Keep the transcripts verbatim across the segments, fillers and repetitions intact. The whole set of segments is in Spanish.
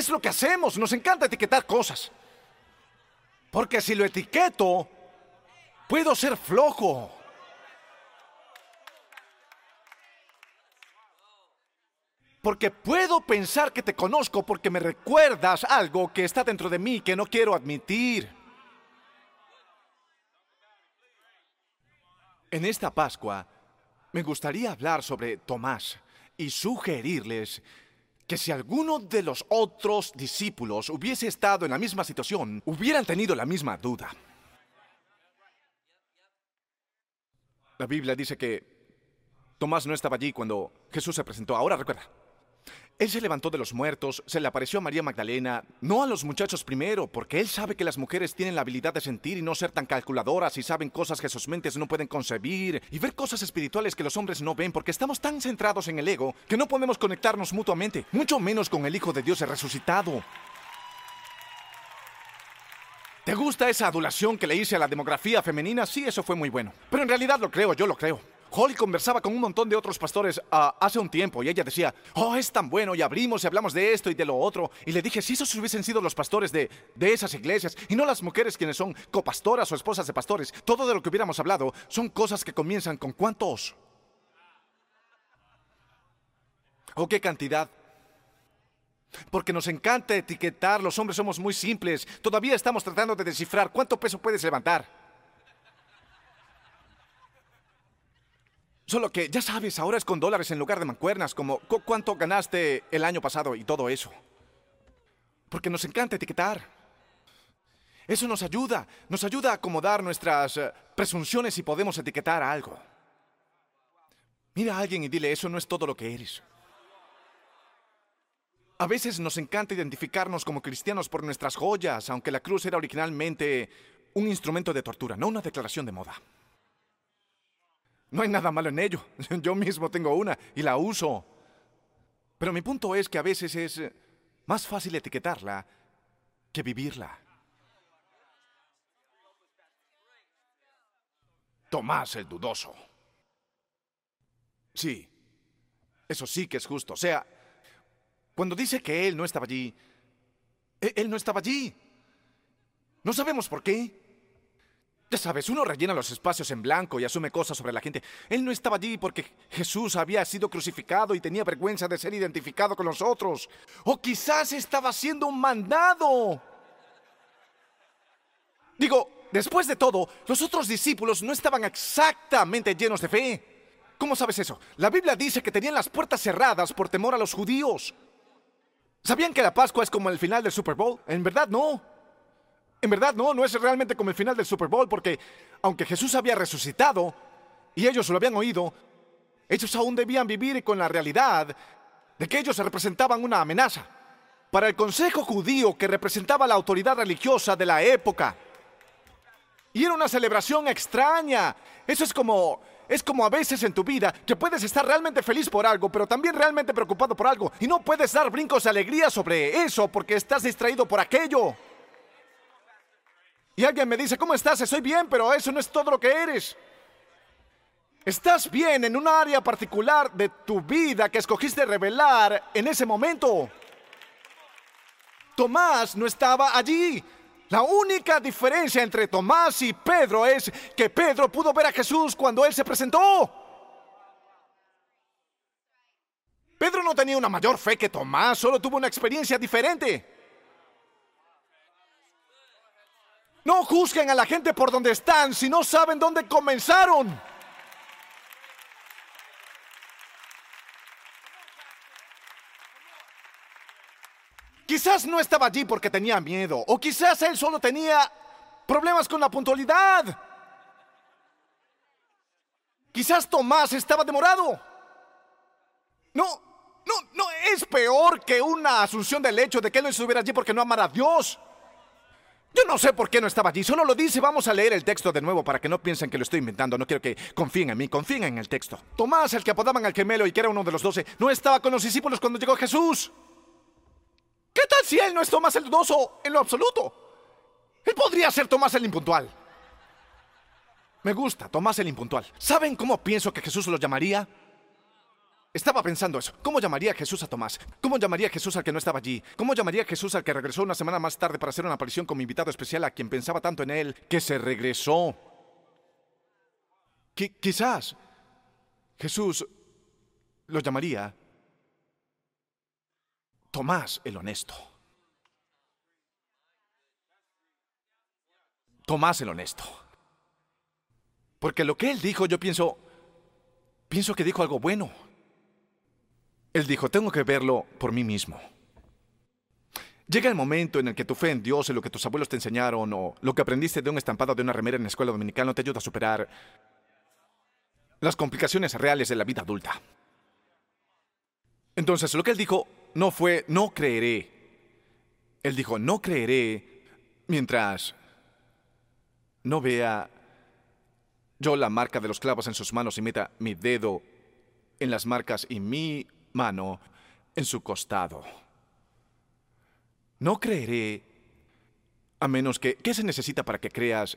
es lo que hacemos, nos encanta etiquetar cosas. Porque si lo etiqueto, puedo ser flojo. Porque puedo pensar que te conozco porque me recuerdas algo que está dentro de mí que no quiero admitir. En esta Pascua, me gustaría hablar sobre Tomás y sugerirles que si alguno de los otros discípulos hubiese estado en la misma situación, hubieran tenido la misma duda. La Biblia dice que Tomás no estaba allí cuando Jesús se presentó. Ahora recuerda, él se levantó de los muertos, se le apareció a María Magdalena, no a los muchachos primero, porque él sabe que las mujeres tienen la habilidad de sentir y no ser tan calculadoras y saben cosas que sus mentes no pueden concebir y ver cosas espirituales que los hombres no ven porque estamos tan centrados en el ego que no podemos conectarnos mutuamente, mucho menos con el Hijo de Dios resucitado. ¿Te gusta esa adulación que le hice a la demografía femenina? Sí, eso fue muy bueno. Pero en realidad lo creo, yo lo creo. Holly conversaba con un montón de otros pastores uh, hace un tiempo y ella decía, oh, es tan bueno y abrimos y hablamos de esto y de lo otro. Y le dije, si esos hubiesen sido los pastores de, de esas iglesias y no las mujeres quienes son copastoras o esposas de pastores, todo de lo que hubiéramos hablado son cosas que comienzan con ¿cuántos? ¿O qué cantidad? Porque nos encanta etiquetar, los hombres somos muy simples. Todavía estamos tratando de descifrar cuánto peso puedes levantar. Solo que, ya sabes, ahora es con dólares en lugar de mancuernas, como cu cuánto ganaste el año pasado y todo eso. Porque nos encanta etiquetar. Eso nos ayuda, nos ayuda a acomodar nuestras uh, presunciones y podemos etiquetar algo. Mira a alguien y dile, eso no es todo lo que eres. A veces nos encanta identificarnos como cristianos por nuestras joyas, aunque la cruz era originalmente un instrumento de tortura, no una declaración de moda. No hay nada malo en ello. Yo mismo tengo una y la uso. Pero mi punto es que a veces es más fácil etiquetarla que vivirla. Tomás el dudoso. Sí, eso sí que es justo. O sea, cuando dice que él no estaba allí, él no estaba allí. No sabemos por qué. Ya sabes, uno rellena los espacios en blanco y asume cosas sobre la gente. Él no estaba allí porque Jesús había sido crucificado y tenía vergüenza de ser identificado con los otros. O quizás estaba siendo un mandado. Digo, después de todo, los otros discípulos no estaban exactamente llenos de fe. ¿Cómo sabes eso? La Biblia dice que tenían las puertas cerradas por temor a los judíos. ¿Sabían que la Pascua es como el final del Super Bowl? En verdad no. En verdad, no, no es realmente como el final del Super Bowl, porque aunque Jesús había resucitado y ellos lo habían oído, ellos aún debían vivir con la realidad de que ellos representaban una amenaza para el consejo judío que representaba la autoridad religiosa de la época. Y era una celebración extraña. Eso es como, es como a veces en tu vida que puedes estar realmente feliz por algo, pero también realmente preocupado por algo, y no puedes dar brincos de alegría sobre eso porque estás distraído por aquello. Y alguien me dice, ¿cómo estás? Estoy bien, pero eso no es todo lo que eres. Estás bien en un área particular de tu vida que escogiste revelar en ese momento. Tomás no estaba allí. La única diferencia entre Tomás y Pedro es que Pedro pudo ver a Jesús cuando él se presentó. Pedro no tenía una mayor fe que Tomás, solo tuvo una experiencia diferente. No juzguen a la gente por donde están si no saben dónde comenzaron. Quizás no estaba allí porque tenía miedo, o quizás él solo tenía problemas con la puntualidad. Quizás Tomás estaba demorado. No, no, no es peor que una asunción del hecho de que él no estuviera allí porque no amara a Dios. Yo no sé por qué no estaba allí, solo lo dice. Vamos a leer el texto de nuevo para que no piensen que lo estoy inventando. No quiero que confíen en mí, confíen en el texto. Tomás, el que apodaban al gemelo y que era uno de los doce, no estaba con los discípulos cuando llegó Jesús. ¿Qué tal si él no es Tomás el dudoso en lo absoluto? Él podría ser Tomás el impuntual. Me gusta, Tomás el impuntual. ¿Saben cómo pienso que Jesús lo llamaría? Estaba pensando eso. ¿Cómo llamaría Jesús a Tomás? ¿Cómo llamaría Jesús al que no estaba allí? ¿Cómo llamaría Jesús al que regresó una semana más tarde para hacer una aparición como invitado especial a quien pensaba tanto en él que se regresó? Qui- quizás Jesús lo llamaría Tomás el honesto. Tomás el honesto. Porque lo que él dijo, yo pienso, pienso que dijo algo bueno. Él dijo, tengo que verlo por mí mismo. Llega el momento en el que tu fe en Dios y lo que tus abuelos te enseñaron o lo que aprendiste de un estampado de una remera en la escuela dominical no te ayuda a superar las complicaciones reales de la vida adulta. Entonces, lo que él dijo no fue, no creeré. Él dijo, no creeré mientras no vea yo la marca de los clavos en sus manos y meta mi dedo en las marcas y mi mano en su costado. No creeré a menos que... ¿Qué se necesita para que creas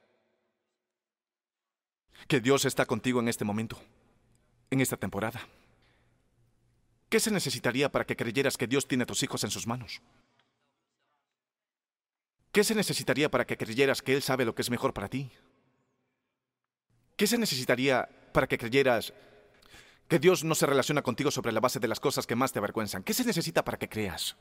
que Dios está contigo en este momento, en esta temporada? ¿Qué se necesitaría para que creyeras que Dios tiene a tus hijos en sus manos? ¿Qué se necesitaría para que creyeras que Él sabe lo que es mejor para ti? ¿Qué se necesitaría para que creyeras que Dios no se relaciona contigo sobre la base de las cosas que más te avergüenzan? ¿Qué se necesita para que creas?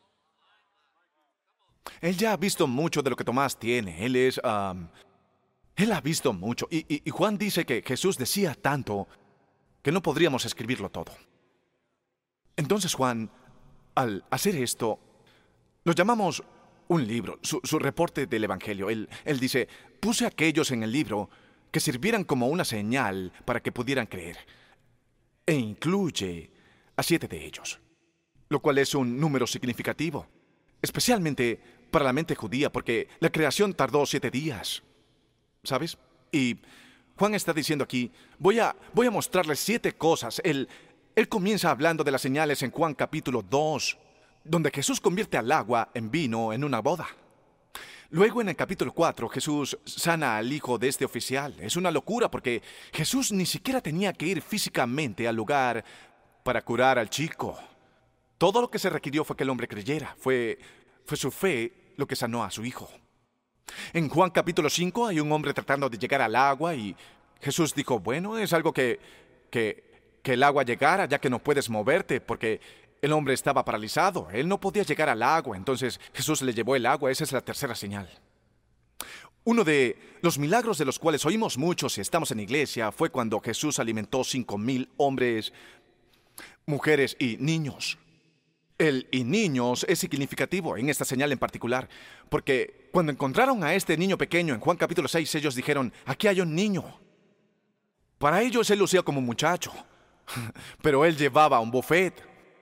Él ya ha visto mucho de lo que Tomás tiene. Él es... Um, él ha visto mucho. Y, y, y Juan dice que Jesús decía tanto que no podríamos escribirlo todo. Entonces Juan, al hacer esto, lo llamamos un libro, su, su reporte del Evangelio. Él, él dice, puse a aquellos en el libro que sirvieran como una señal para que pudieran creer. E incluye a siete de ellos, lo cual es un número significativo, especialmente para la mente judía, porque la creación tardó siete días, ¿sabes? Y Juan está diciendo aquí, voy a, voy a mostrarles siete cosas. Él, él comienza hablando de las señales en Juan capítulo dos, donde Jesús convierte al agua en vino en una boda. Luego en el capítulo cuatro, Jesús sana al hijo de este oficial. Es una locura porque Jesús ni siquiera tenía que ir físicamente al lugar para curar al chico. Todo lo que se requirió fue que el hombre creyera. Fue, fue su fe lo que sanó a su hijo. En Juan capítulo cinco hay un hombre tratando de llegar al agua y Jesús dijo, bueno, es algo que, que, que el agua llegara ya que no puedes moverte porque el hombre estaba paralizado. Él no podía llegar al agua. Entonces Jesús le llevó el agua. Esa es la tercera señal. Uno de los milagros de los cuales oímos mucho si estamos en iglesia fue cuando Jesús alimentó cinco mil hombres, mujeres y niños. El y niños es significativo en esta señal en particular, porque cuando encontraron a este niño pequeño en Juan capítulo seis, ellos dijeron, aquí hay un niño. Para ellos él lucía como un muchacho, pero él llevaba un buffet.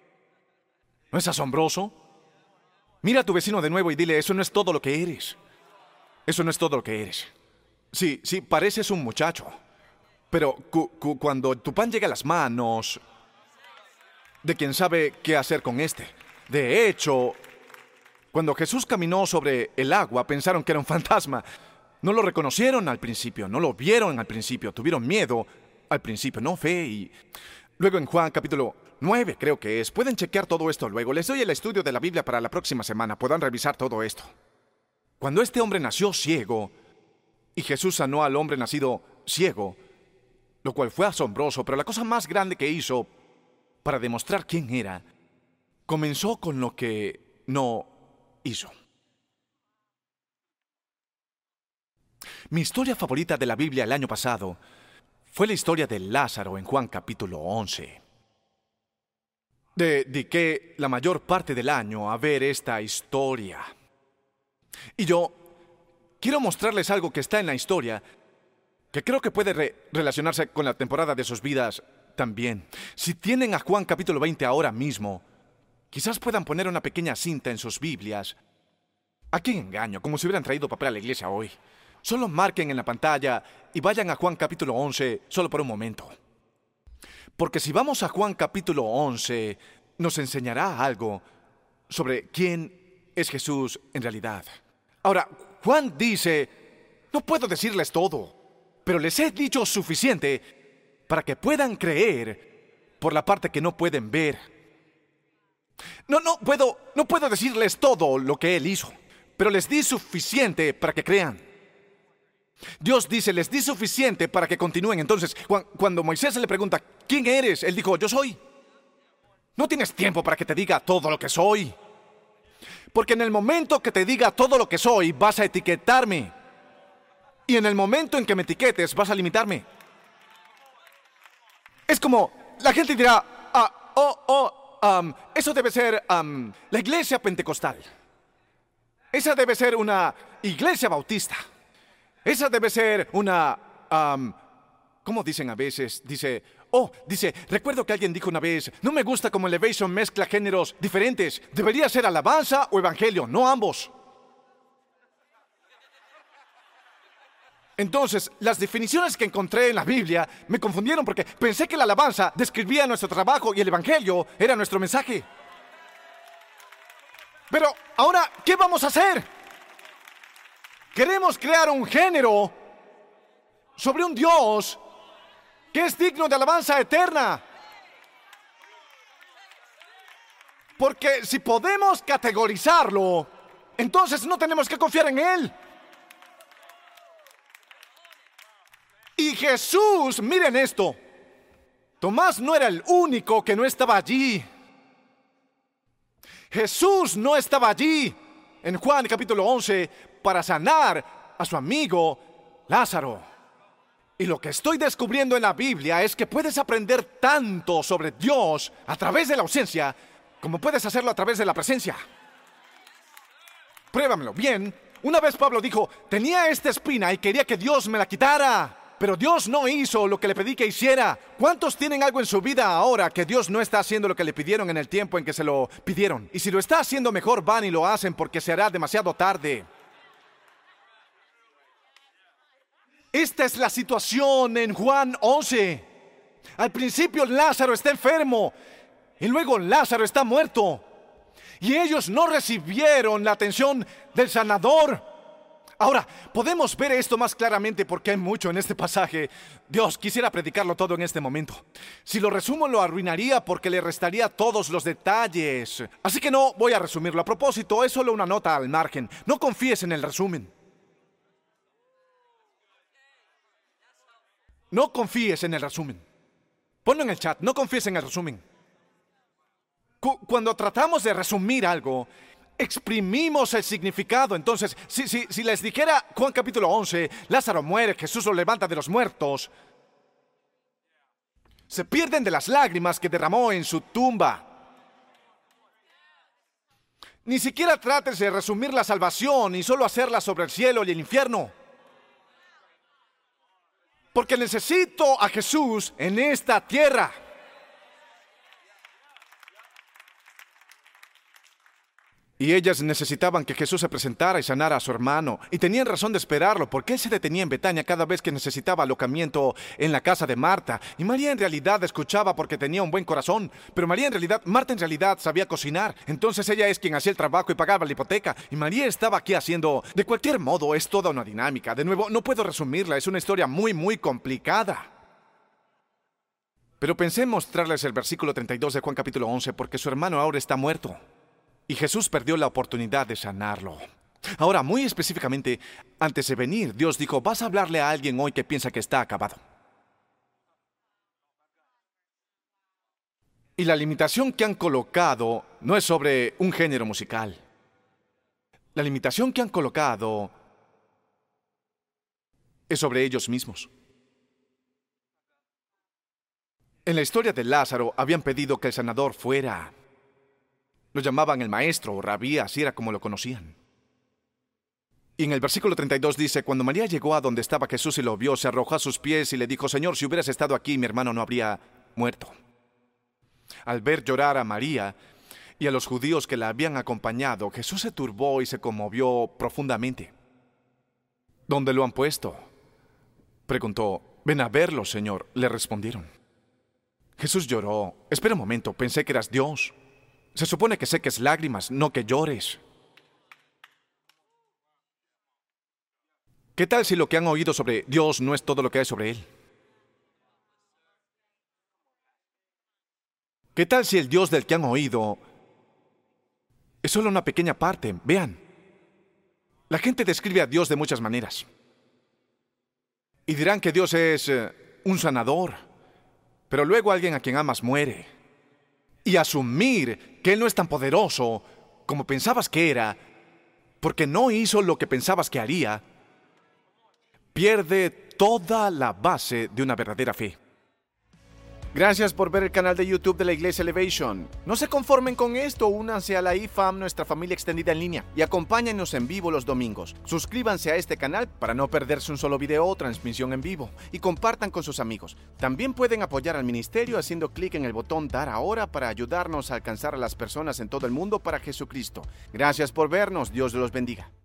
¿No es asombroso? Mira a tu vecino de nuevo y dile, eso no es todo lo que eres. Eso no es todo lo que eres. Sí, sí, pareces un muchacho, pero cu cu cuando tu pan llega a las manos de quien sabe qué hacer con este. De hecho, cuando Jesús caminó sobre el agua, pensaron que era un fantasma. No lo reconocieron al principio, no lo vieron al principio, tuvieron miedo al principio, no fe. Y luego en Juan capítulo nueve, creo que es, pueden chequear todo esto luego. Les doy el estudio de la Biblia para la próxima semana, puedan revisar todo esto. Cuando este hombre nació ciego, y Jesús sanó al hombre nacido ciego, lo cual fue asombroso, pero la cosa más grande que hizo para demostrar quién era, comenzó con lo que no hizo. Mi historia favorita de la Biblia el año pasado fue la historia de Lázaro en Juan capítulo once. Dediqué la mayor parte del año a ver esta historia. Y yo quiero mostrarles algo que está en la historia que creo que puede re relacionarse con la temporada de sus vidas también. Si tienen a Juan capítulo veinte ahora mismo, quizás puedan poner una pequeña cinta en sus Biblias. ¿A quién engaño? Como si hubieran traído papel a la iglesia hoy. Solo marquen en la pantalla y vayan a Juan capítulo once solo por un momento. Porque si vamos a Juan capítulo once, nos enseñará algo sobre quién es Jesús en realidad. Ahora, Juan dice, no puedo decirles todo, pero les he dicho suficiente para que puedan creer por la parte que no pueden ver. No, no puedo, no puedo decirles todo lo que Él hizo, pero les di suficiente para que crean. Dios dice, les di suficiente para que continúen. Entonces, cuando Moisés le pregunta, ¿quién eres? Él dijo, yo soy. No tienes tiempo para que te diga todo lo que soy. Porque en el momento que te diga todo lo que soy, vas a etiquetarme. Y en el momento en que me etiquetes, vas a limitarme. Es como, la gente dirá, ah, oh, oh, um, eso debe ser um, la iglesia pentecostal. Esa debe ser una iglesia bautista. Esa debe ser una, um, ¿cómo dicen a veces? Dice, oh, dice, recuerdo que alguien dijo una vez, no me gusta cómo Elevation mezcla géneros diferentes. Debería ser alabanza o evangelio, no ambos. Entonces, las definiciones que encontré en la Biblia me confundieron porque pensé que la alabanza describía nuestro trabajo y el evangelio era nuestro mensaje. Pero, ahora, ¿qué vamos a hacer? Queremos crear un género sobre un Dios que es digno de alabanza eterna. Porque si podemos categorizarlo, entonces no tenemos que confiar en Él. Y Jesús, miren esto, Tomás no era el único que no estaba allí. Jesús no estaba allí en Juan capítulo once para sanar a su amigo Lázaro. Y lo que estoy descubriendo en la Biblia es que puedes aprender tanto sobre Dios a través de la ausencia como puedes hacerlo a través de la presencia. Pruébamelo bien. Una vez Pablo dijo, tenía esta espina y quería que Dios me la quitara. Pero Dios no hizo lo que le pedí que hiciera. ¿Cuántos tienen algo en su vida ahora que Dios no está haciendo lo que le pidieron en el tiempo en que se lo pidieron? Y si lo está haciendo mejor, van y lo hacen porque se hará demasiado tarde. Esta es la situación en Juan once. Al principio Lázaro está enfermo y luego Lázaro está muerto. Y ellos no recibieron la atención del sanador. Ahora, podemos ver esto más claramente porque hay mucho en este pasaje. Dios, quisiera predicarlo todo en este momento. Si lo resumo, lo arruinaría porque le restaría todos los detalles. Así que no voy a resumirlo. A propósito, es solo una nota al margen. No confíes en el resumen. No confíes en el resumen. Ponlo en el chat, no confíes en el resumen. Cu- Cuando tratamos de resumir algo, exprimimos el significado. Entonces, si, si, si les dijera Juan capítulo once, Lázaro muere, Jesús lo levanta de los muertos, se pierden de las lágrimas que derramó en su tumba. Ni siquiera trates de resumir la salvación y solo hacerla sobre el cielo y el infierno. Porque necesito a Jesús en esta tierra. Y ellas necesitaban que Jesús se presentara y sanara a su hermano. Y tenían razón de esperarlo, porque él se detenía en Betania cada vez que necesitaba alojamiento en la casa de Marta. Y María en realidad escuchaba porque tenía un buen corazón. Pero María en realidad, Marta en realidad sabía cocinar. Entonces ella es quien hacía el trabajo y pagaba la hipoteca. Y María estaba aquí haciendo... De cualquier modo, es toda una dinámica. De nuevo, no puedo resumirla. Es una historia muy, muy complicada. Pero pensé en mostrarles el versículo treinta y dos de Juan capítulo once, porque su hermano ahora está muerto. Y Jesús perdió la oportunidad de sanarlo. Ahora, muy específicamente, antes de venir, Dios dijo, vas a hablarle a alguien hoy que piensa que está acabado. Y la limitación que han colocado no es sobre un género musical. La limitación que han colocado es sobre ellos mismos. En la historia de Lázaro, habían pedido que el sanador fuera... Lo llamaban el maestro o rabí, así era como lo conocían. Y en el versículo treinta y dos dice, cuando María llegó a donde estaba Jesús y lo vio, se arrojó a sus pies y le dijo, Señor, si hubieras estado aquí, mi hermano no habría muerto. Al ver llorar a María y a los judíos que la habían acompañado, Jesús se turbó y se conmovió profundamente. ¿Dónde lo han puesto?, preguntó. Ven a verlo, Señor, le respondieron. Jesús lloró. Espera un momento, pensé que eras Dios. Se supone que seques lágrimas, no que llores. ¿Qué tal si lo que han oído sobre Dios no es todo lo que hay sobre Él? ¿Qué tal si el Dios del que han oído es solo una pequeña parte? Vean, la gente describe a Dios de muchas maneras. Y dirán que Dios es eh, un sanador, pero luego alguien a quien amas muere. Y asumir que Él no es tan poderoso como pensabas que era, porque no hizo lo que pensabas que haría, pierde toda la base de una verdadera fe. Gracias por ver el canal de YouTube de la Iglesia Elevation. No se conformen con esto, únanse a la I F A M, nuestra familia extendida en línea, y acompáñennos en vivo los domingos. Suscríbanse a este canal para no perderse un solo video o transmisión en vivo, y compartan con sus amigos. También pueden apoyar al ministerio haciendo clic en el botón Dar Ahora para ayudarnos a alcanzar a las personas en todo el mundo para Jesucristo. Gracias por vernos, Dios los bendiga.